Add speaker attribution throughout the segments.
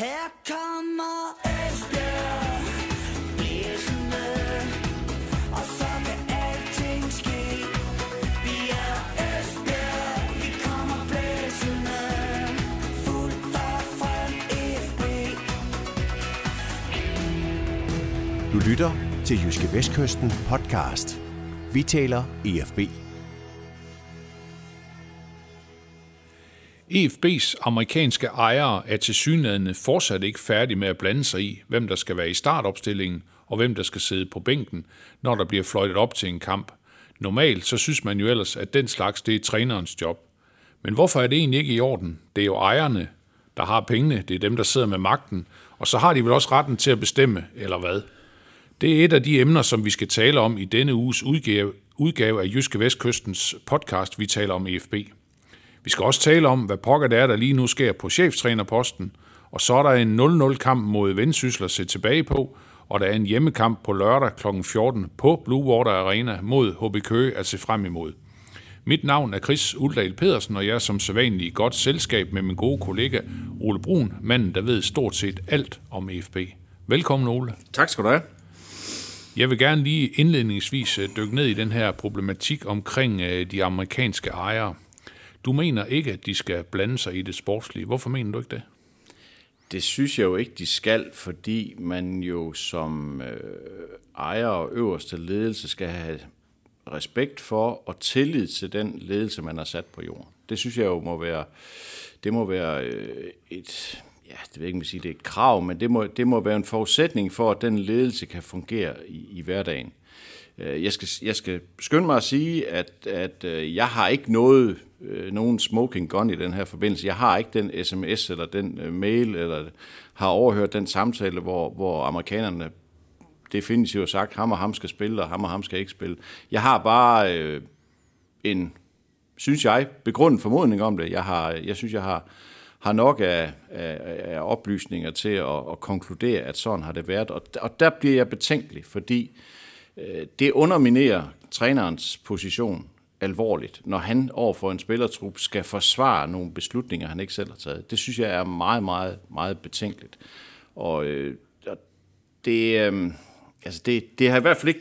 Speaker 1: Her kommer Esbjerg blæsende, og så kan alting ske. Vi er Esbjerg, vi kommer blæsende, fuldt og frem FB.
Speaker 2: Du lytter til Jyske Vestkysten podcast. Vi taler EFB.
Speaker 3: EFB's amerikanske ejere er tilsyneladende fortsat ikke færdige med at blande sig i, hvem der skal være i startopstillingen og hvem der skal sidde på bænken, når der bliver fløjtet op til en kamp. Normalt så synes man jo ellers, at den slags det er trænerens job. Men hvorfor er det egentlig ikke i orden? Det er jo ejerne, der har pengene, det er dem, der sidder med magten, og så har de vel også retten til at bestemme, eller hvad? Det er et af de emner, som vi skal tale om i denne uges udgave af Jyske Vestkystens podcast, vi taler om EFB. Vi skal også tale om, hvad pokker det er, der lige nu sker på cheftrænerposten, og så er der en 0-0-kamp mod Vendsyssel at se tilbage på, og der er en hjemmekamp på lørdag kl. 14 på Blue Water Arena mod HB Køge at se frem imod. Mit navn er Chris Uldal Pedersen, og jeg er som sædvanlig i godt selskab med min gode kollega Ole Brun, manden der ved stort set alt om EFB. Velkommen, Ole.
Speaker 4: Tak skal du have.
Speaker 3: Jeg vil gerne lige indledningsvis dykke ned i den her problematik omkring de amerikanske ejere. Du mener ikke, at de skal blande sig i det sportslige. Hvorfor mener du ikke det?
Speaker 4: Det synes jeg jo ikke, de skal, fordi man jo som ejer og øverste ledelse skal have respekt for og tillid til den ledelse, man har sat på jorden. Det synes jeg jo må være et, ja, det vil ikke sige, det er et krav, men det må være en forudsætning for, at den ledelse kan fungere i hverdagen. Jeg skal skynde mig at sige, at jeg har ikke nogen smoking gun i den her forbindelse. Jeg har ikke den sms eller den mail, eller har overhørt den samtale, hvor amerikanerne definitivt har sagt, ham og ham skal spille, og ham skal ikke spille. Jeg har bare en, synes jeg, begrundet formodning om det. Jeg synes, jeg har nok af oplysninger til at konkludere, at sådan har det været. Og der bliver jeg betænkelig, fordi det underminerer trænerens position alvorligt, når han overfor en spillertrup skal forsvare nogle beslutninger, han ikke selv har taget. Det synes jeg er meget, meget, meget betænkeligt. Og det har i hvert fald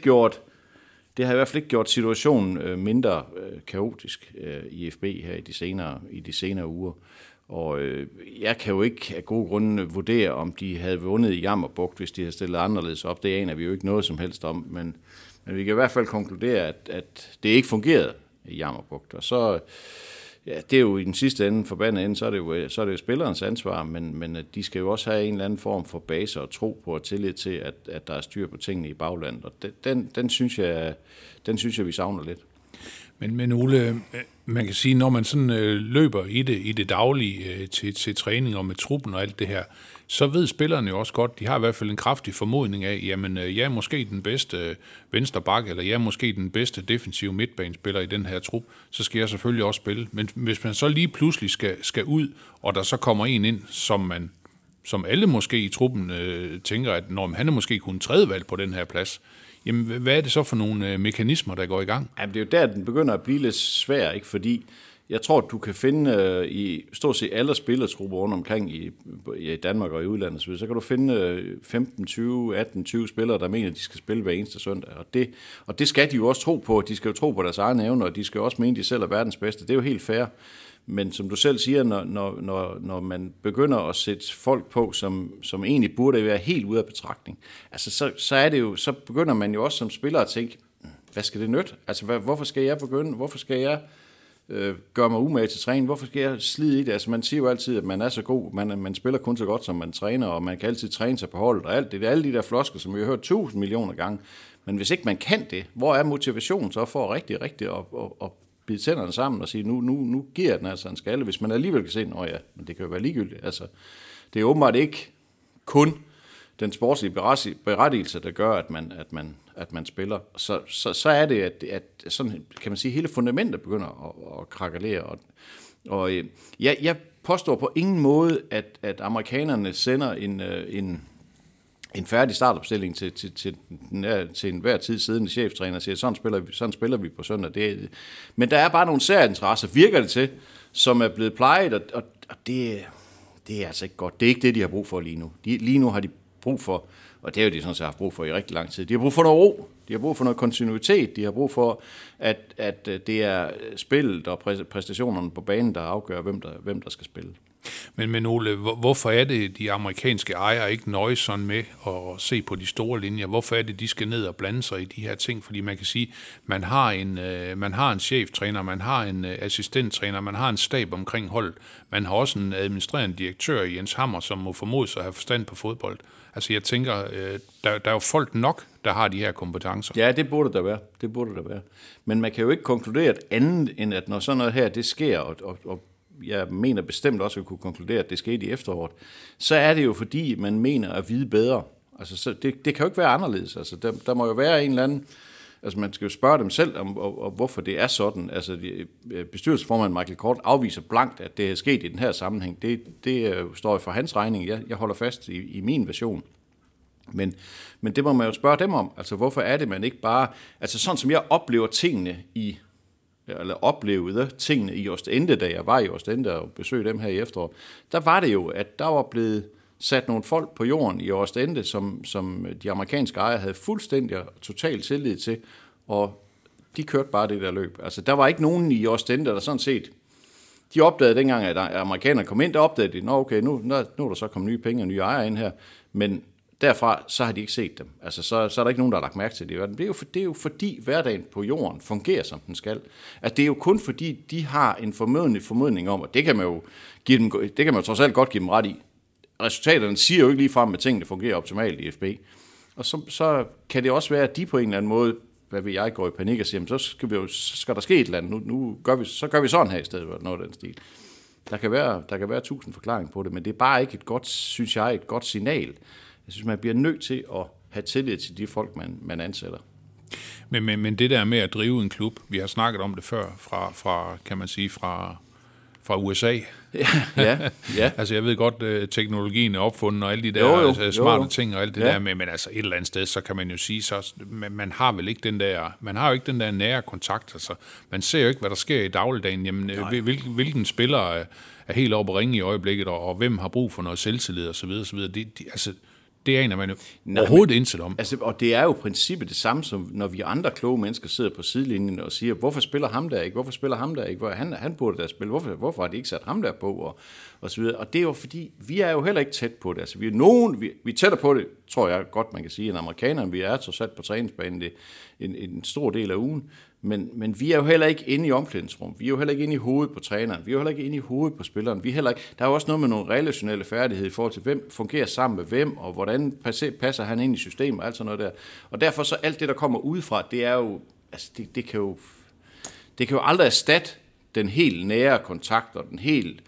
Speaker 4: ikke gjort situationen mindre kaotisk i FB her i de senere uger. Og jeg kan jo ikke af gode grunde vurdere, om de havde vundet i Jammerbugt, hvis de havde stillet anderledes op. Det aner vi jo ikke noget som helst om, men vi kan i hvert fald konkludere, at det ikke fungerede i Jammerbugt. Og så, ja, det er jo i den sidste ende, forbandede ende, så er det jo spillerens ansvar, men de skal jo også have en eller anden form for base og tro på og tillid til, at der er styr på tingene i baglandet. Og den synes jeg, vi savner lidt.
Speaker 3: Men Ole, man kan sige, når man sådan løber i det daglige til træning og med truppen og alt det her, så ved spillerne jo også godt, de har i hvert fald en kraftig formodning af, jamen jeg er måske den bedste venstre bak, eller jeg er måske den bedste defensive midtbanespiller i den her trup, så skal jeg selvfølgelig også spille. Men hvis man så lige pludselig skal ud, og der så kommer en ind, som alle måske i truppen tænker, at han er måske kun tredjevalg på den her plads, jamen, hvad er det så for nogle mekanismer, der går i gang?
Speaker 4: Jamen, det er jo der, den begynder at blive lidt svær, ikke? Fordi jeg tror, du kan finde i stort set alle spillertrupper rundt omkring i Danmark og i udlandet, så kan du finde 15, 20, 18, 20 spillere, der mener, at de skal spille hver eneste søndag. Og det skal de jo også tro på. De skal jo tro på deres egne evner, og de skal også mene, at de selv er verdens bedste. Det er jo helt fair. Men som du selv siger, når man begynder at sætte folk på, som egentlig burde være helt ude af betragtning, altså så er det jo, så begynder man jo også som spiller at tænke, hvad skal det nytte? Altså hvorfor skal jeg begynde? Hvorfor skal jeg gøre mig umage til træning? Hvorfor skal jeg slide i det? Altså man siger jo altid, at man er så god, man spiller kun så godt, som man træner, og man kan altid træne sig på holdet, og alt det. Det er alle de der flosker, som vi har hørt 1000 millioner gange. Men hvis ikke man kan det, hvor er motivationen så for rigtig at bide tænderne sammen og sige, nu giver den altså en skalle, hvis man alligevel kan se, ja, men det kan jo være ligegyldigt. Altså, det er åbenbart ikke kun den sportslige berettigelse, der gør, at man spiller. Så er det, at sådan, kan man sige, hele fundamentet begynder at krakelere. Og jeg påstår på ingen måde, at amerikanerne sender en færdig startopstilling til enhver tid siddende cheftræner og siger, sådan spiller vi på søndag. Men der er bare nogle særinteresser, virker det til, som er blevet plejet, og det er altså ikke godt. Det er ikke det, de har brug for lige nu. Lige nu har de brug for, og det er jo de sådan set haft brug for i rigtig lang tid, de har brug for noget ro, de har brug for noget kontinuitet, de har brug for, at det er spillet og præstationerne på banen, der afgør, hvem der skal spille.
Speaker 3: Men Ole, hvorfor er det, de amerikanske ejere ikke nøjes sådan med at se på de store linjer? Hvorfor er det, de skal ned og blande sig i de her ting? Fordi man kan sige, man har en cheftræner, man har en assistenttræner, man har en stab omkring holdet. Man har også en administrerende direktør, Jens Hammer, som må formodes at have forstand på fodbold. Altså jeg tænker, der er jo folk nok, der har de her kompetencer.
Speaker 4: Ja, det burde der være. Men man kan jo ikke konkludere et andet, end at når sådan noget her, det sker, og jeg mener bestemt også, at vi kunne konkludere, at det skete i efteråret, så er det jo fordi, man mener at vide bedre. Altså, så det kan jo ikke være anderledes. Altså, der må jo være en eller anden, altså man skal jo spørge dem selv om hvorfor det er sådan. Altså, bestyrelsesformand Michael Kort afviser blankt, at det er sket i den her sammenhæng. Det står jo for hans regning. Jeg holder fast i min version. Men det må man jo spørge dem om. Altså, hvorfor er det, man ikke bare... Altså, sådan som jeg oplever tingene oplevede tingene i Ostende, da jeg var i Ostende og besøgte dem her i efteråret, der var det jo, at der var blevet sat nogle folk på jorden i Ostende, som de amerikanske ejere havde fuldstændig og total tillid til, og de kørte bare det der løb. Altså, der var ikke nogen i Ostende, der sådan set... De opdagede dengang, at amerikanerne kom ind, der opdagede de, okay, nu er der så kommet nye penge og nye ejere ind her, men derfra, så har de ikke set dem. Altså, så er der ikke nogen, der har lagt mærke til det. Det er jo fordi hverdagen på jorden fungerer, som den skal. Altså, det er jo kun fordi, de har en formodning om, og det kan man jo trods alt godt give dem ret i. Resultaterne siger jo ikke lige frem, at tingene fungerer optimalt i FB. Og så kan det også være, at de på en eller anden måde, hvad vil jeg, går i panik og siger, så skal der ske et eller andet. Nu gør vi sådan her i stedet for noget af den stil. Der kan være 1000 forklaringer på det, men det er bare ikke et godt signal. Jeg synes, man bliver nødt til at have tillid til de folk, man ansætter.
Speaker 3: Men det der med at drive en klub, vi har snakket om det før, fra USA.
Speaker 4: Ja.
Speaker 3: Altså jeg ved godt, teknologien er opfundet og alle de der smarte ting og alt det der, men altså et eller andet sted, så kan man jo sige, så man har vel ikke den der nære kontakt. Altså man ser jo ikke, hvad der sker i dagligdagen. Jamen, hvilken spiller er helt oppe at ringe i øjeblikket, og hvem har brug for noget selvtillid og så videre, så videre. Det aner man jo overhovedet indsat om.
Speaker 4: Altså, og det er jo princippet det samme, som når vi andre kloge mennesker sidder på sidelinjen og siger, hvorfor spiller ham der ikke? Hvorfor spiller ham der ikke? Han burde da spille. Hvorfor har de ikke sat ham der på? Og så videre. Og det er jo fordi, vi er jo heller ikke tæt på det. Altså, vi er tættere på det, tror jeg godt, man kan sige, end amerikanerne. Vi er så sat på træningsbanen en stor del af ugen. Men vi er jo heller ikke inde i omklædningsrum. Vi er jo heller ikke inde i hovedet på træneren. Vi er jo heller ikke inde i hovedet på spilleren. Der er jo også noget med nogle relationelle færdigheder i forhold til, hvem fungerer sammen med hvem, og hvordan passer han ind i systemet og alt sådan noget der. Og derfor så alt det, der kommer udefra, det er jo, altså det kan jo aldrig erstatte den helt nære kontakt og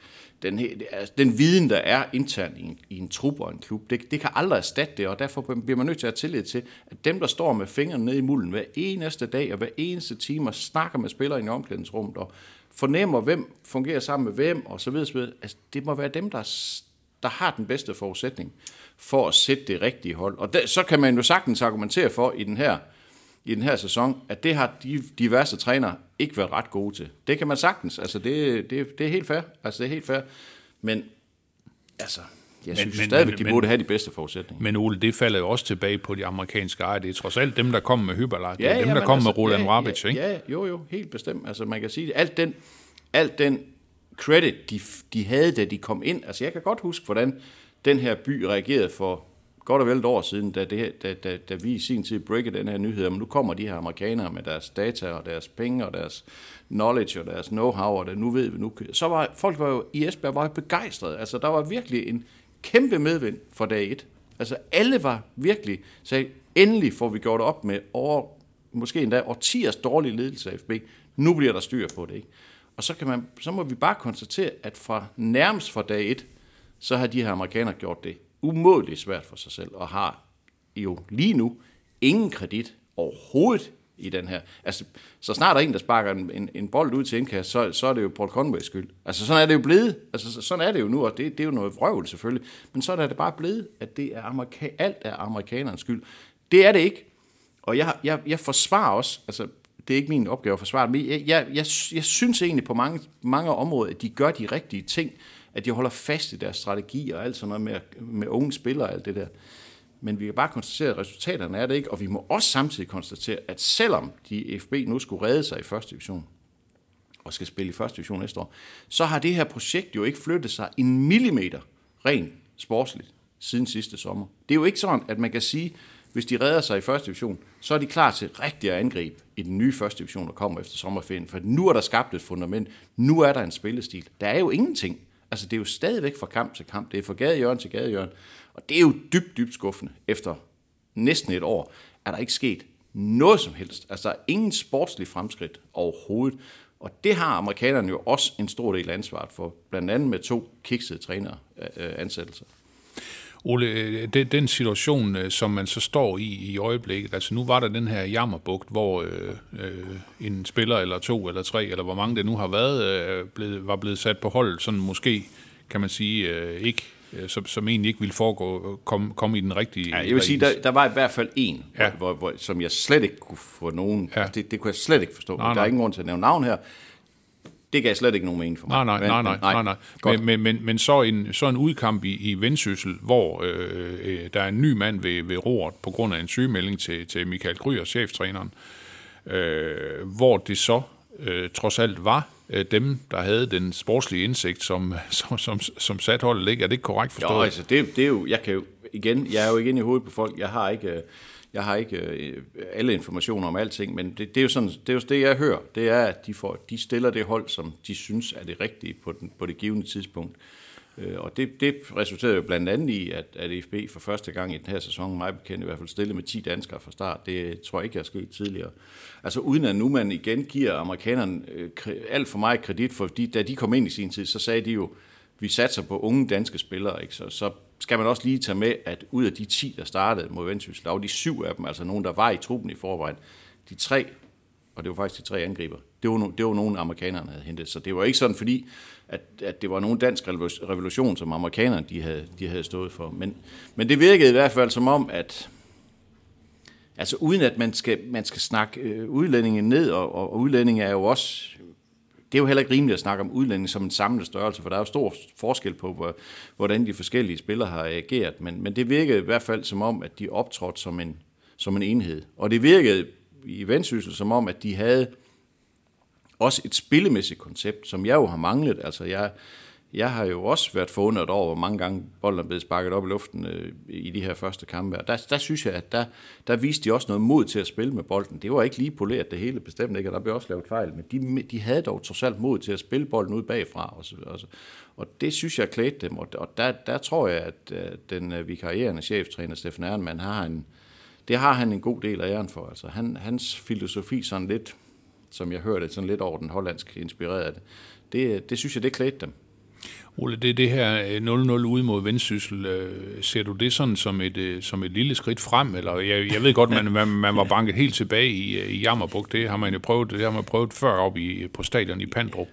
Speaker 4: den viden, der er internt i en trup og en klub. Det kan aldrig erstatte det, og derfor bliver man nødt til at have tillid til, at dem, der står med fingrene nede i mulden hver eneste dag og hver eneste time og snakker med spillere i omklædningsrummet og fornemmer, hvem fungerer sammen med hvem og så videre. Altså, det må være dem, der har den bedste forudsætning for at sætte det rigtige hold. Og så kan man jo sagtens argumentere for i den her sæson, at det har de diverse trænere ikke været ret gode til. Det kan man sagtens. Altså, det er helt fair. Altså, det er helt fair. Men, altså, jeg synes stadigvæk, de burde have de bedste forudsætninger.
Speaker 3: Men Ole, det falder jo også tilbage på de amerikanske ejere. Det er trods alt dem, der kommer med Hyberlar. Det er dem, der kommer med Roland Rabic, ikke?
Speaker 4: Ja, jo, helt bestemt. Altså, man kan sige, alt den credit, de havde, da de kom ind. Altså, jeg kan godt huske, hvordan den her by reagerede for godt og vel et år siden, da vi i sin tid breakede den her nyhed, men nu kommer de her amerikanere med deres data og deres penge og deres knowledge og deres know-how, og det nu ved vi nu. Så folk var jo i Esbjerg var begejstrede. Altså, der var virkelig en kæmpe medvind fra dag 1. Altså, alle var virkelig sagde, endelig får vi gjort op med måske endda årtiers dårlige ledelse af FB. Nu bliver der styr på det, ikke? Og så må vi bare konstatere, at nærmest fra dag 1, så har de her amerikanere gjort det umådeligt svært for sig selv, og har jo lige nu ingen kredit overhovedet i den her. Altså, så snart der er en, der sparker en bold ud til indkast, så er det jo Paul Conways skyld. Altså, sådan er det jo blevet. Altså, sådan er det jo nu, og det er jo noget vrøvl selvfølgelig. Men sådan er det bare blevet, at det er alt er amerikanernes skyld. Det er det ikke. Og jeg forsvarer også, altså, det er ikke min opgave at forsvare, men jeg synes egentlig på mange områder, at de gør de rigtige ting, at de holder fast i deres strategi og alt sådan noget med unge spillere og alt det der. Men vi kan bare konstatere, at resultaterne er det ikke, og vi må også samtidig konstatere, at selvom de FB nu skulle redde sig i første division, og skal spille i første division næste år, så har det her projekt jo ikke flyttet sig en millimeter rent sportsligt siden sidste sommer. Det er jo ikke sådan, at man kan sige, hvis de redder sig i første division, så er de klar til rigtig at angribe i den nye første division, der kommer efter sommerferien, for nu er der skabt et fundament, nu er der en spillestil. Der er jo ingenting. Altså det er jo stadigvæk fra kamp til kamp, det er fra gadehjørne til gadehjørne, og det er jo dybt skuffende. Efter næsten et år er der ikke sket noget som helst. Altså der er ingen sportslig fremskridt overhovedet. Og det har amerikanerne jo også en stor del af ansvaret for, blandt andet med 2 kiksede træneransættelser.
Speaker 3: Ole, den situation, som man så står i øjeblikket, altså nu var der den her jammerbugt, hvor en spiller eller 2 eller 3, eller hvor mange det nu har været, var blevet sat på hold, sådan måske, kan man sige, ikke, som egentlig ikke ville komme i den rigtige...
Speaker 4: Ja, jeg vil sige, der var i hvert fald en, som jeg slet ikke kunne få nogen... Ja. Det kunne jeg slet ikke forstå. Der er ingen grund til at nævne navn her. Det gav slet ikke nogen mening for mig.
Speaker 3: Nej. Men så en udkamp i Vendsyssel, hvor der er en ny mand ved roret på grund af en sygemelding til Michael Gryer, cheftræneren, hvor det så trods alt var dem, der havde den sportslige indsigt, som sat holdet, ikke? Er det ikke korrekt forstået?
Speaker 4: Jo, altså det er jo, jeg er jo ikke inde i hovedet på folk. Jeg har ikke alle informationer om alting, men det er jo sådan, det er jo det, jeg hører. Det er, at de stiller det hold, som de synes er det rigtige på det givne tidspunkt. Og det resulterede jo blandt andet i, at FB for første gang i den her sæson, mig bekendt i hvert fald, stillede med 10 danskere fra start. Det tror jeg ikke er sket tidligere. Altså uden at nu man igen giver amerikanerne alt for meget kredit, fordi da de kom ind i sin tid, så sagde de jo, vi satser på unge danske spillere, ikke? Så skal man også lige tage med, at ud af de 10, der startede mod Vendsyssel, der var de 7 af dem, altså nogen, der var i truppen i forvejen. De 3, og det var faktisk de 3 angriber, det var nogen, amerikanerne havde hentet. Så det var ikke sådan, fordi at det var nogen dansk revolution, som amerikanerne de havde stået for. Men det virkede i hvert fald som om, at altså uden at man skal snakke udlændinge ned, og udlændinge er jo også... Det er jo heller ikke rimeligt at snakke om udlænding som en samlet størrelse, for der er jo stor forskel på, hvordan de forskellige spillere har ageret. Men det virkede i hvert fald som om, at de optrådte som en enhed. Og det virkede i Vendsyssel som om, at de havde også et spillemæssigt koncept, som jeg jo har manglet. Altså jeg har jo også været forundret over, hvor mange gange bolden er blevet sparket op i luften i de her første kampe. Og der synes jeg, at der viste de også noget mod til at spille med bolden. Det var ikke lige poleret det hele, bestemt ikke, og der blev også lavet fejl. Men de havde dog trods alt mod til at spille bolden ud bagfra. Og det synes jeg klædte dem. Og der tror jeg, at den vikarierende cheftræner, Steffen Ehrenmann, har han en god del af æren for. Altså hans filosofi sådan lidt, som jeg hørte, sådan lidt over den hollandsk inspireret af det synes jeg, det klædte dem.
Speaker 3: Ole, det her 0-0 ude mod Vendsyssel, ser du det sådan som et lille skridt frem? Eller jeg ved godt, man var banket helt tilbage i Jammerbugt. Det har man jo prøvet før op på stadion i Pandrup.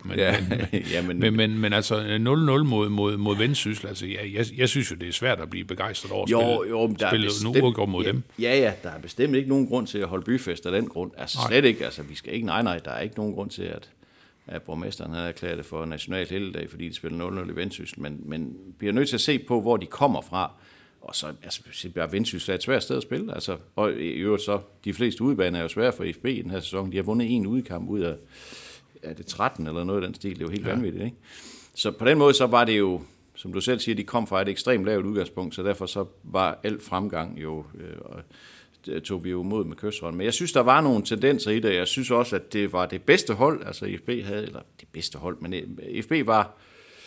Speaker 3: Men altså 0-0 mod Vendsyssel, altså jeg synes jo, det er svært at blive begejstret over at spille nu uafgjort mod dem.
Speaker 4: Ja, der er bestemt ikke nogen grund til at holde byfest af den grund. Altså slet ikke, altså vi skal ikke, nej, der er ikke nogen grund til at borgmesteren havde erklæret det for national helligdag, fordi de spiller 0-0 i Vendsyssel, men vi er nødt til at se på, hvor de kommer fra, og så altså, Vendsyssel er et svært sted at spille, altså, og i øvrigt så, de fleste udebaner er jo svære for FB i den her sæson, de har vundet en udkamp ud af det 13 eller noget af den stil, det er jo helt vanvittigt, ikke? Så på den måde, så var det jo, som du selv siger, de kom fra et ekstremt lavt udgangspunkt, så derfor så var alt fremgang jo... tog vi jo imod med kysshånd. Men jeg synes, der var nogle tendenser i det. Jeg synes også, at det var det bedste hold, altså FB havde, eller det bedste hold, men FB var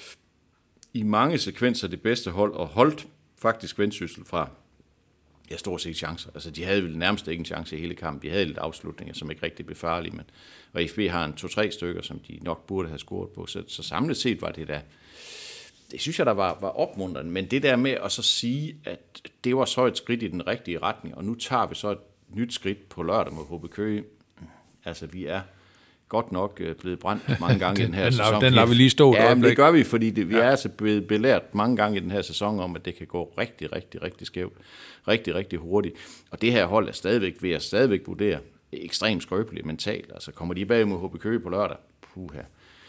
Speaker 4: i mange sekvenser det bedste hold, og holdt faktisk Vendsyssel fra stort set chancer. Altså, de havde vel nærmest ikke en chance i hele kampen. De havde lidt afslutninger, som ikke rigtig blev farlige, men og FB har en 2-3 stykker, som de nok burde have scoret på. Så samlet set var det der, det synes jeg, der var opmuntrende, men det der med at så sige, at det var så et skridt i den rigtige retning, og nu tager vi så et nyt skridt på lørdag mod HB Køge. Altså, vi er godt nok blevet brændt mange gange i den her sæson.
Speaker 3: Den lader vi lige stå.
Speaker 4: Ja, men det gør vi, fordi vi er altså blevet belært mange gange i den her sæson om, at det kan gå rigtig, rigtig, rigtig skævt. Rigtig, rigtig hurtigt. Og det her hold er stadigvæk ved at vurdere ekstremt skrøbeligt mentalt. Altså, kommer de bag mod HB Køge på lørdag? Puha.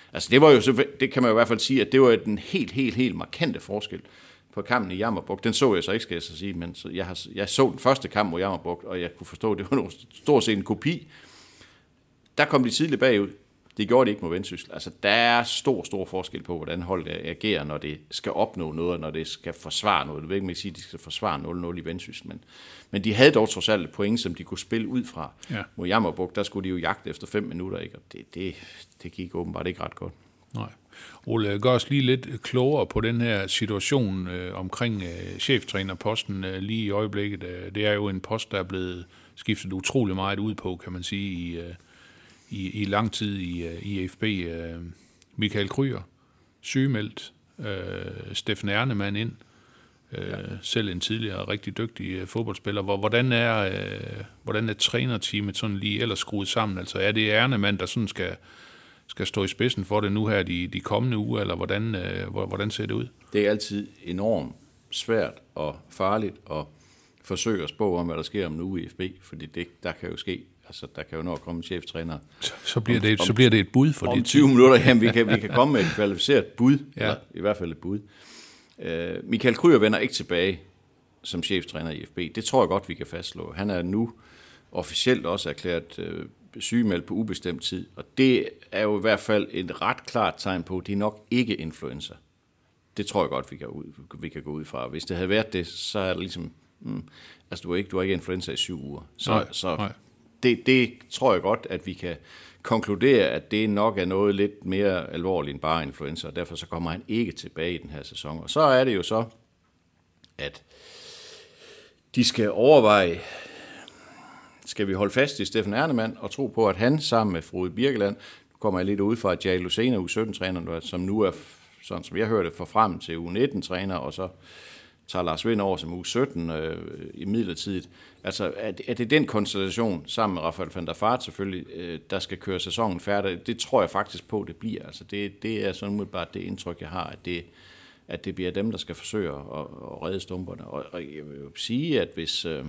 Speaker 4: Altså det var jo, det kan man jo i hvert fald sige, at det var den helt markante forskel på kampen i Jammerbugt. Den så jeg så ikke, skal jeg så sige, men jeg så den første kamp mod Jammerbugt, og jeg kunne forstå, at det var stort set en kopi. Der kom de tidligt bagud. Det gjorde de ikke mod Vendsyssel. Altså, der er stor forskel på, hvordan holdet agerer, når det skal opnå noget, når det skal forsvare noget. Det vil ikke man sige, at de skal forsvare 0-0 i Vendsyssel, men de havde dog trods alt et point, som de kunne spille ud fra. Ja. Mod Jammerbugt, der skulle de jo jagte efter 5 minutter, ikke? Og det gik åbenbart ikke ret godt.
Speaker 3: Nej. Ole, gør os lige lidt klogere på den her situation omkring cheftrænerposten lige i øjeblikket. Det er jo en post, der er blevet skiftet utrolig meget ud på, kan man sige, i lang tid i EFB. Michael Krüger, sygemeldt, Steffen Ernemann ind, selv en tidligere rigtig dygtig fodboldspiller. Hvordan er trænerteamet sådan lige ellers skruet sammen? Altså er det Ernemann, der sådan skal stå i spidsen for det nu her de kommende uger, eller hvordan ser det ud? Det er
Speaker 4: altid enormt svært og farligt at forsøge at spå om, hvad der sker om en uge i FB, fordi der kan jo ske. Altså, der kan jo nå at komme en cheftræner.
Speaker 3: Så bliver det et bud for det.
Speaker 4: Om 20 minutter, jamen, vi kan komme med et kvalificeret bud, eller i hvert fald et bud. Michael Krüger vender ikke tilbage som cheftræner i FB. Det tror jeg godt, vi kan fastslå. Han er nu officielt også erklæret sygemeldt på ubestemt tid, og det er jo i hvert fald et ret klart tegn på, at det er nok ikke influenza. Det tror jeg godt, vi kan gå ud fra. Hvis det havde været det, så er det ligesom, altså du har ikke influenza i 7 uger. Så det tror jeg godt, at vi kan konkludere, at det nok er noget lidt mere alvorligt end bare influenza, og derfor så kommer han ikke tilbage i den her sæson. Og så er det jo så, at de skal overveje, skal vi holde fast i Steffen Ernemann og tro på, at han sammen med Frode Birkeland, nu kommer jeg lidt ud fra, at Jay Lucena, U17-træner, som nu er, sådan som jeg hørte, forfrem til U19-træner, og så tager Lars Vind over som U17 i midlertidigt. Altså, er det den konstellation, sammen med Rafael van der Vaart selvfølgelig, der skal køre sæsonen færdig? Det tror jeg faktisk på, det bliver. Altså, det er sådan umiddelbart det indtryk, jeg har, at det bliver dem, der skal forsøge at redde stumperne. Og jeg vil sige, at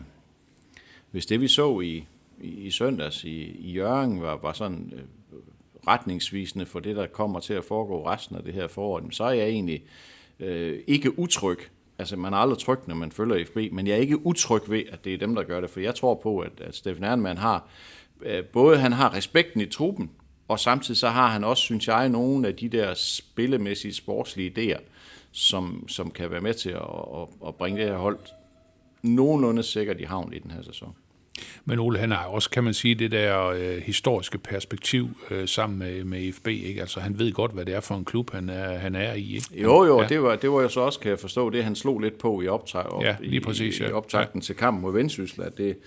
Speaker 4: hvis det vi så i søndags i Hjørring var sådan retningsvisende for det, der kommer til at foregå resten af det her forår, så er jeg egentlig ikke utryg. Altså, man er aldrig tryg, når man følger FB, men jeg er ikke utryg ved, at det er dem, der gør det, for jeg tror på, at Steffen Ernemann har, han har respekten i truppen, og samtidig så har han også, synes jeg, nogle af de der spillemæssige, sportslige idéer, som kan være med til at bringe det her hold nogenlunde sikkert i havn i den her sæson.
Speaker 3: Men Ole, han har også, kan man sige, det der historiske perspektiv sammen med FB, ikke? Altså, han ved godt, hvad det er for en klub, han er i, ikke?
Speaker 4: Jo, ja. det var jo så også, kan jeg forstå, det han slog lidt på i optakten til kampen mod Vendsyssel, at det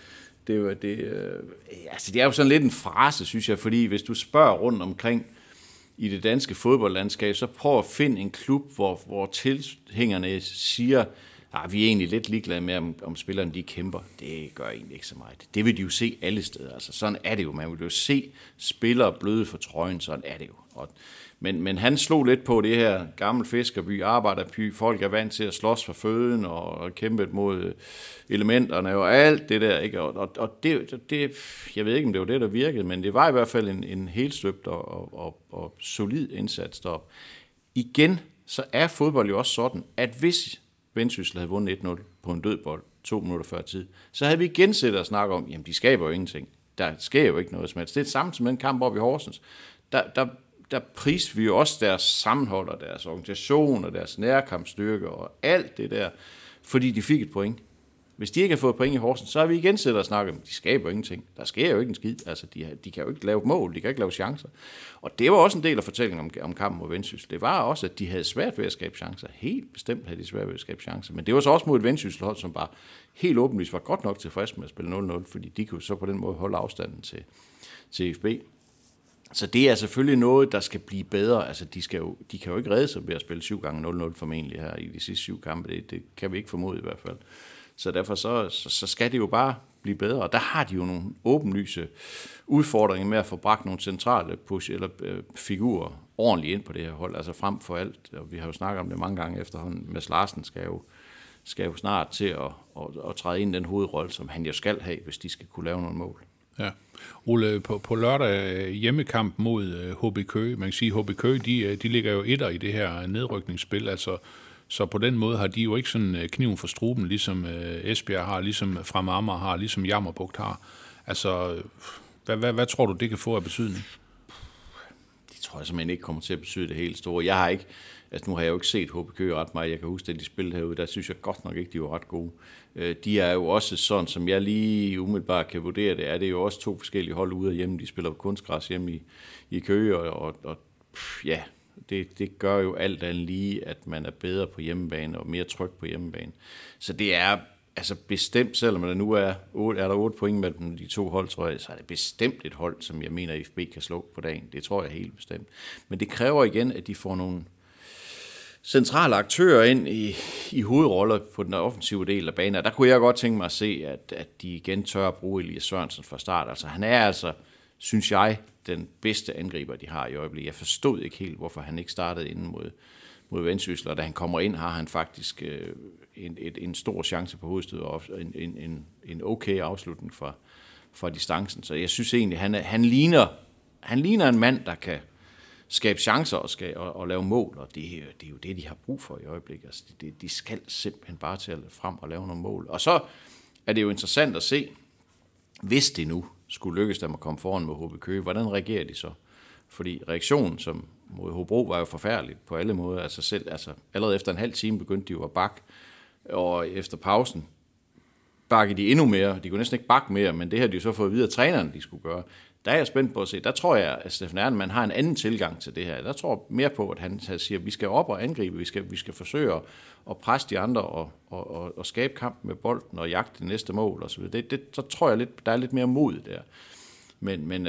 Speaker 4: er jo sådan lidt en frase, synes jeg, fordi hvis du spørger rundt omkring i det danske fodboldlandskab, så prøv at finde en klub, hvor tilhængerne siger, vi er egentlig lidt ligeglade med, om spillerne de kæmper. Det gør egentlig ikke så meget. Det vil de jo se alle steder. Altså, sådan er det jo. Man vil jo se spillere bløde for trøjen. Sådan er det jo. Men han slog lidt på det her gamle fiskerby, arbejderby. Folk er vant til at slås for føden og kæmpe mod elementerne og alt det der. Ikke? Og det, jeg ved ikke, om det var det, der virkede, men det var i hvert fald en helt støbt og solid indsats deroppe. Igen, så er fodbold jo også sådan, at hvis Vendsyssel havde vundet 1-0 på en død bold 2 minutter før tid, så havde vi igen siddet og snakket om, jamen de skaber jo ingenting. Der sker jo ikke noget som helst. Det er det samme som en kamp oppe i Horsens. Der priser vi jo også deres sammenhold og deres organisation og deres nærkampsstyrke og alt det der, fordi de fik et point. Hvis de ikke har fået point i Horsens, så har vi igen siddet og snakket om, de skaber ingenting. Der sker jo ikke en skid. Altså, de kan jo ikke lave mål, de kan ikke lave chancer. Og det var også en del af fortællingen om kampen mod Vendsyssel. Det var også, at de havde svært ved at skabe chancer. Helt bestemt havde de svært ved at skabe chancer. Men det var så også mod et Vendsyssel-hold, som bare helt åbenlyst var godt nok tilfreds med at spille 0-0, fordi de kunne så på den måde holde afstanden til FB. Så det er selvfølgelig noget, der skal blive bedre. Altså, de kan jo ikke redde sig ved at spille 7 gange 0-0 formentlig her i de sidste 7 kampe. Det kan vi ikke formode i hvert fald. Så derfor så skal det jo bare blive bedre. Og der har de jo nogle åbenlyse udfordringer med at få bragt nogle centrale figurer ordentligt ind på det her hold. Altså frem for alt, og vi har jo snakket om det mange gange efterhånden, Mads Larsen skal jo snart til at træde ind i den hovedrolle, som han jo skal have, hvis de skal kunne lave nogle mål.
Speaker 3: Ja. Ole, på lørdag hjemmekamp mod HB Køge. Man kan sige, at HB Køge, de ligger jo etter i det her nedrykningsspil. Altså, så på den måde har de jo ikke sådan kniven for struben, ligesom Esbjerg har, ligesom Fremad Amager har, ligesom Jammerbugt har. Altså, hvad tror du, det kan få af betydning?
Speaker 4: Det tror jeg simpelthen ikke kommer til at betyde det helt store. Jeg har ikke, altså nu har jeg jo ikke set HB Køge ret meget. Jeg kan huske, at de spillede herude, der synes jeg godt nok ikke, de var ret gode. De er jo også sådan, som jeg lige umiddelbart kan vurdere det, er det jo også 2 forskellige hold ude af hjemme. De spiller på kunstgræs hjemme i Køge, og ja, det gør jo alt andet lige, at man er bedre på hjemmebane og mere tryg på hjemmebane. Så det er altså bestemt, selvom der nu er 8 point mellem de 2 hold, tror jeg, så er det bestemt et hold, som jeg mener, FB kan slå på dagen. Det tror jeg helt bestemt. Men det kræver igen, at de får nogle centrale aktører ind i hovedroller på den offensive del af banen. Der kunne jeg godt tænke mig at se, at de igen tør at bruge Elias Sørensen fra start. Altså, han er altså, synes jeg, den bedste angriber, de har i øjeblikket. Jeg forstod ikke helt, hvorfor han ikke startede inden mod Vendsyssel, og da han kommer ind, har han faktisk en stor chance på hovedstød og en okay afslutning fra distancen. Så jeg synes egentlig, han ligner en mand, der kan skabe chancer og lave mål, og det er jo det, de har brug for i øjeblikket. Altså, de skal simpelthen bare til at frem og lave nogle mål. Og så er det jo interessant at se, hvis det nu skulle lykkes dem at komme foran med HB Køge, hvordan reagerer de så? Fordi reaktionen som mod Hobro var jo forfærdeligt på alle måder. Altså allerede efter en halv time begyndte de jo at bakke, og efter pausen bakkede de endnu mere. De kunne næsten ikke bakke mere, men det har de jo så fået videre træneren, de skulle gøre. Der er jeg spændt på at se. Der tror jeg, at Steffen Ernemann har en anden tilgang til det her. Der tror jeg mere på, at han siger, at vi skal op og angribe, vi skal forsøge at presse de andre og skabe kamp med bolden og jagte det næste mål osv. Så tror jeg lidt, der er lidt mere mod der. Men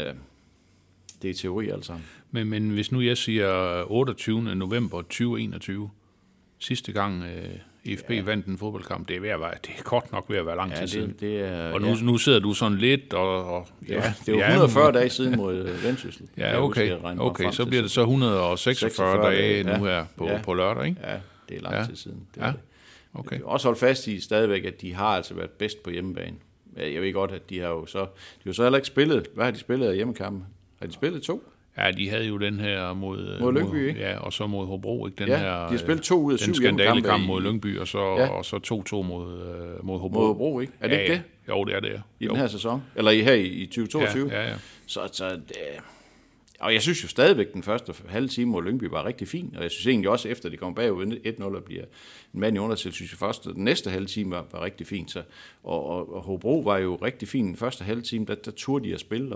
Speaker 4: det er teori altså.
Speaker 3: Men hvis nu jeg siger 28. november 2021, sidste gang IFB vandt en fodboldkamp, det er kort nok ved at være lang tid siden. Og nu sidder du sådan lidt og
Speaker 4: det er jo 140 dage siden mod Vendsyssel.
Speaker 3: Ja, okay, så bliver det så 146 dage nu her på lørdag, ikke?
Speaker 4: Ja, det er lang tid siden.
Speaker 3: Okay.
Speaker 4: Også holdt fast i stadigvæk, at de har altså været bedst på hjemmebane. Jeg ved godt, at de har jo så heller ikke spillet. Hvad har de spillet af hjemmekampe? Har de spillet 2?
Speaker 3: Ja, de havde jo den her mod
Speaker 4: Lyngby, ikke?
Speaker 3: Ja, og så mod Hobro, ikke?
Speaker 4: De har spillet 2 ud af 7
Speaker 3: den skandalekamp mod Lyngby, og så 2-2 mod Hobro.
Speaker 4: Mod Hobro, ikke? Er det ikke det?
Speaker 3: Jo, det er det.
Speaker 4: I den her sæson? Eller her i 2022?
Speaker 3: Ja.
Speaker 4: Så og jeg synes jo stadigvæk, den første halve time mod Lyngby var rigtig fin, og jeg synes egentlig også, efter de kommer bagud 1-0 og bliver en mand i undertal, synes jeg først, at den næste halve time var rigtig fin. Så, og Hobro var jo rigtig fin den første halve time, der turde de at spille.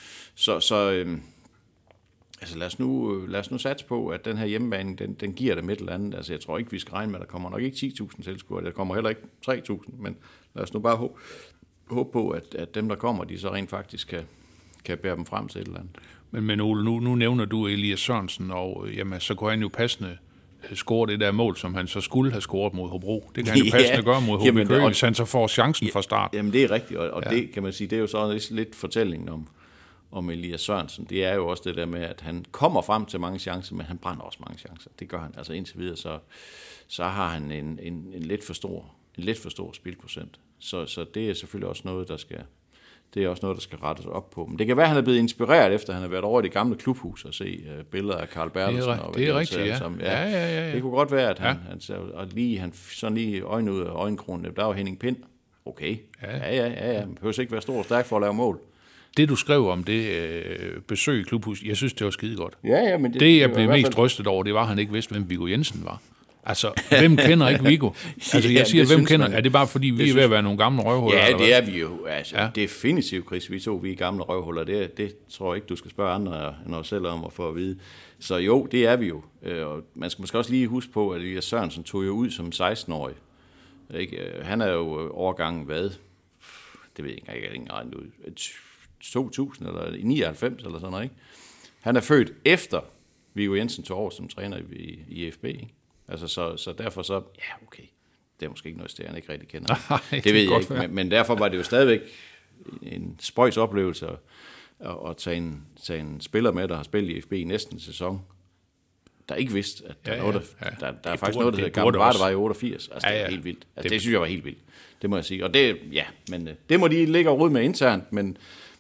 Speaker 4: Altså lad os nu satse på, at den her hjemmebane, den giver dem et eller andet. Altså jeg tror ikke, vi skal regne med, at der kommer nok ikke 10.000 tilskuere, der kommer heller ikke 3.000, men lad os nu bare håbe på, at dem, der kommer, de så rent faktisk kan bære dem frem til et eller andet.
Speaker 3: Men Ole, nu nævner du Elias Sørensen, og jamen, så kunne han jo passende score det der mål, som han så skulle have scoret mod Hobro. Det kan han jo passende gøre mod HB Køge, hvis han så får chancen fra start.
Speaker 4: Jamen det er rigtigt, og det kan man sige, det er jo så lidt fortællingen om Elias Sørensen. Det er jo også det der med, at han kommer frem til mange chancer, men han brænder også mange chancer. Det gør han altså indtil videre, så har han en lidt for stor spildprocent. Så det er selvfølgelig også noget, der skal rettes op på. Men det kan være, at han er blevet inspireret, efter han har været over i det gamle klubhus og se billeder af Carl Bertelsen.
Speaker 3: Det er rigtigt,
Speaker 4: ja. Det kunne godt være, at han sådan lige øjne ud af øjenkronen. Der var Henning Pind. Okay. Ja. Man behøver ikke være stor og stærk for at lave mål.
Speaker 3: Det, du skrev om det besøg i klubhus, jeg synes, det var skide godt.
Speaker 4: Ja, men
Speaker 3: det jeg blev mest rystet over, det var, at han ikke vidste, hvem Viggo Jensen var. Altså, hvem kender ikke Viggo? Altså, jeg siger, hvem kender? Er det bare, fordi vi er ved at være nogle gamle røvhuller?
Speaker 4: Ja, det er vi jo. Altså, definitivt, Chris. Vi er gamle røvhuller. Det tror jeg ikke, du skal spørge andre end os selv om at få at vide. Så jo, det er vi jo. Og man skal måske også lige huske på, at Elias Sørensen tog jo ud som 16-årig. Ikke? Han er jo overgangen hvad? Det ved jeg ikke engang ud. 2000 eller 99 eller sådan noget, ikke? Han er født efter Viggo Jensen tog over som træner i FB, ikke? Altså så derfor så, ja okay, det er måske ikke noget sted, han ikke rigtig kender. Det ved jeg ikke, men derfor var det jo stadigvæk en spøjs oplevelse at tage en spiller med, der har spillet i FB i næsten en sæson, der ikke vidste, at der er faktisk noget, der hedder gamle var, der var i 88. Altså det er helt vildt. Altså, det synes jeg var helt vildt. Det må jeg sige. Og det, men det må de ligge og rode med internt, men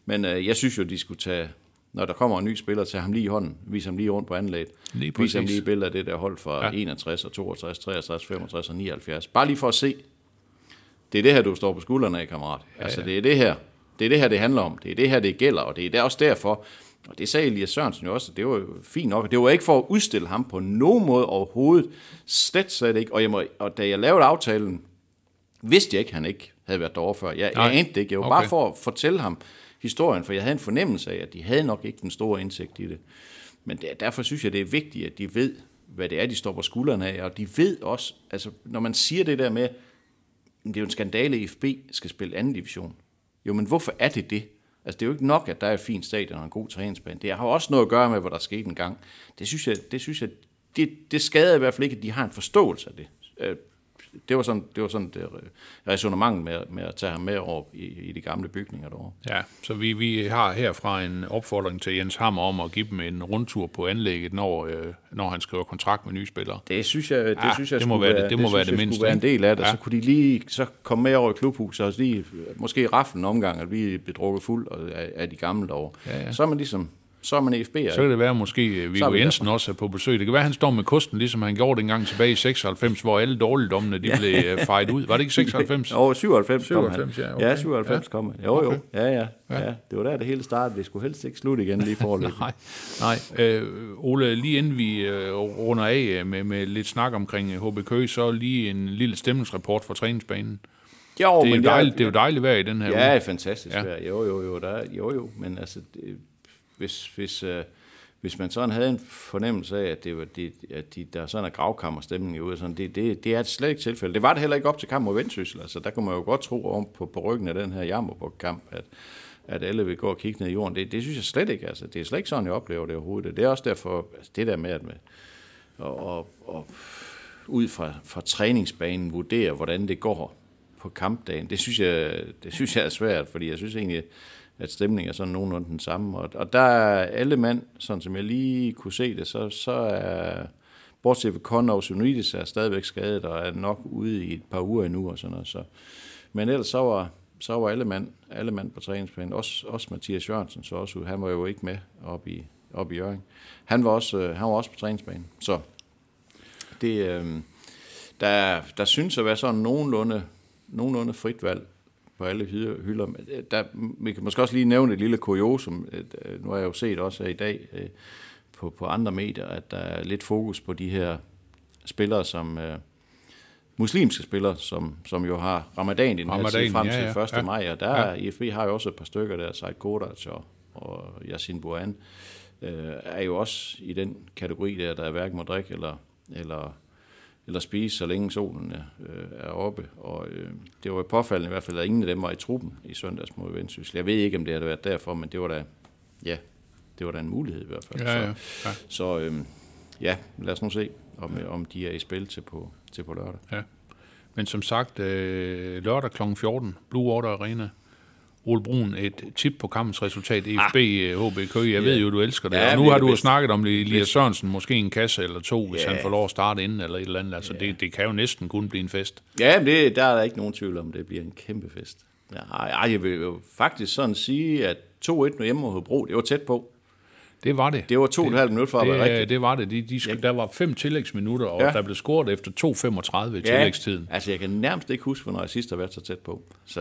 Speaker 4: Men jeg synes jo, de skulle tage, når der kommer en ny spiller, tage ham lige i hånden, vise ham lige rundt på anlægget, vise ham lige billeder af det der hold fra 61 og 62, 63, 65 og 79. Bare lige for at se, det er det her, du står på skuldrene af, kammerat. Altså, det er det her, det handler om. Det er det her, det gælder, og det er også derfor, og det sagde Elias Sørensen jo også, det var jo fint nok. Det var ikke for at udstille ham på nogen måde overhovedet. Slet ikke. Og da jeg lavede aftalen, vidste jeg ikke, han ikke havde været derovre før. Jeg anede det ikke. Jeg var bare for at fortælle ham historien, for jeg havde en fornemmelse af, at de havde nok ikke den store indsigt i det. Men derfor synes jeg, det er vigtigt, at de ved, hvad det er, de står på skuldrene af, og de ved også, altså når man siger det der med, det er jo en skandale, at FB skal spille anden division. Jo, men hvorfor er det det? Altså, det er jo ikke nok, at der er et fint stadion og en god træningsbane. Det har også noget at gøre med, hvad der skete en gang. Det synes jeg, det skader i hvert fald ikke, at de har en forståelse af det. Det var sådan det ræsonnement med at tage ham med over i de gamle bygninger derovre.
Speaker 3: Ja, så vi har herfra en opfordring til Jens Hammer om at give dem en rundtur på anlægget, når han skriver kontrakt med nye spillere.
Speaker 4: Det synes jeg
Speaker 3: det må være det mindste.
Speaker 4: Skulle være en del af det. Ja. Så kunne de lige komme med over i klubhuset og lige måske rafle en omgang, at vi blev drukket fuld af de gamle derovre. Ja. Så er man ligesom så er man FB'er.
Speaker 3: Så kan det være måske Viggo Jensen også er på besøg. Det kan være, han står med kosten, ligesom han gjorde dengang tilbage i 96, hvor alle dårligdommene de blev fejet ud. Var det ikke 96?
Speaker 4: Jo, 97 kom han.
Speaker 3: Ja, okay.
Speaker 4: Ja, 97 kom han. Jo. Okay. Ja. Det var der, det hele startede. Det skulle helst ikke slutte igen lige forløbet.
Speaker 3: Nej. Ole, lige inden vi runder af med lidt snak omkring HB Køge, så lige en lille stemningsrapport fra træningsbanen.
Speaker 4: Jo,
Speaker 3: det er jo dejligt vejr i den her uge.
Speaker 4: Ja, fantastisk vejr. Jo. Men altså, hvis man sådan havde en fornemmelse af, at der sådan er gravkammerstemning ude, sådan, det er et slet ikke tilfælde. Det var det heller ikke op til kamp mod Vendsyssel. Altså, der kunne man jo godt tro om på ryggen af den her Jammerburg-kamp, at alle vil gå og kigge ned i jorden. Det synes jeg slet ikke. Altså, det er slet ikke sådan, jeg oplever det overhovedet. Det er også derfor, altså, det der med at ud fra træningsbanen vurdere, hvordan det går på kampdagen, det synes jeg er svært, fordi jeg synes egentlig, at stemningen er sådan nogenlunde den samme. Og der er alle mand, sådan som jeg lige kunne se det, så er, bortset fra Conor og Sunidis er stadigvæk skadet, og er nok ude i et par uger endnu og sådan noget. Så. Men ellers så var alle mand på træningsplanen, også Mathias Jørgensen, så også, han var jo ikke med op i Hjørring. Han var også på træningsplanen. Så det, der synes at være sådan nogenlunde frit valg på alle hylder. Vi kan måske også lige nævne et lille kuriosum. Nu har jeg jo set også i dag på andre medier, at der er lidt fokus på de her spillere, som muslimske spillere, som jo har ramadan i den her tid frem til 1. maj. Og der IFB har jo også et par stykker der, Said Kodac og Yasin Bouhan, er jo også i den kategori der er hverken må drikke eller spise, så længe solen er oppe. Og det var jo påfaldende i hvert fald, at ingen af dem var i truppen i søndags mod Vendsyssel. Jeg ved ikke, om det havde været derfor, men det var da en mulighed i hvert fald. Så lad os nu se, om de er i spil til på lørdag.
Speaker 3: Ja. Men som sagt, lørdag kl. 14, Blue Water Arena. Ole Brun, et tip på kampens resultat, FB, HB Køge. Jeg ved jo, du elsker det. Og nu har du jo snakket om det, Elias Sørensen, måske en kasse eller to, hvis han får lov at starte inden, eller et eller andet. Altså, det kan jo næsten kun blive en fest.
Speaker 4: Ja, men der er der ikke nogen tvivl om, det bliver en kæmpe fest. Jeg vil jo faktisk sådan sige, at 2-1 hjemme mod Hobro, det var tæt på.
Speaker 3: Det var det.
Speaker 4: Det var 2,5 minutter for at være rigtigt.
Speaker 3: Det var det. Der var 5 tillægsminutter, og der blev scoret efter 2,35 i tillægstiden.
Speaker 4: Altså jeg kan nærmest ikke huske, hvornår jeg sidst har været så tæt på. Så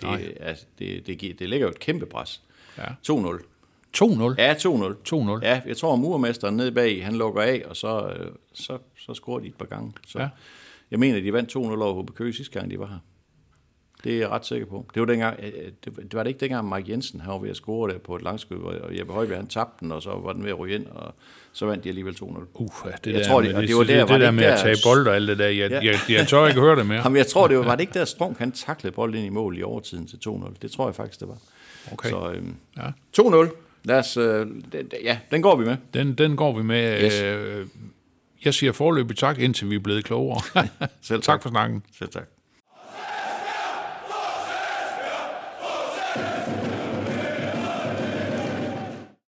Speaker 4: det ligger jo et kæmpe pres. Ja. 2-0.
Speaker 3: 2-0?
Speaker 4: Ja, 2-0. Ja, jeg tror, murmesteren nede bag, han lukker af, og så scorer de et par gange. Så jeg mener, de vandt 2-0 over HB Køge sidste gang, de var her. Det er jeg ret sikker på. Det var det ikke dengang, Mark Jensen han var ved at score der på et langskud, og Jeppe Højbjerg han tabte den, og så var den ved at ryge ind, og så vandt de alligevel 2-0.
Speaker 3: Det der med at tage bold og alt det der, jeg tør ikke høre det mere.
Speaker 4: Jamen, jeg tror, det var det ikke der Strunk, han taklede bolden ind i mål i overtiden til 2-0. Det tror jeg faktisk, det var.
Speaker 3: Okay.
Speaker 4: Så 2-0. Lad os, den går vi med.
Speaker 3: Den går vi med. Yes. Jeg siger foreløbig tak, indtil vi er blevet klogere.
Speaker 4: Selv tak.
Speaker 3: Tak for snakken.
Speaker 4: Selv tak.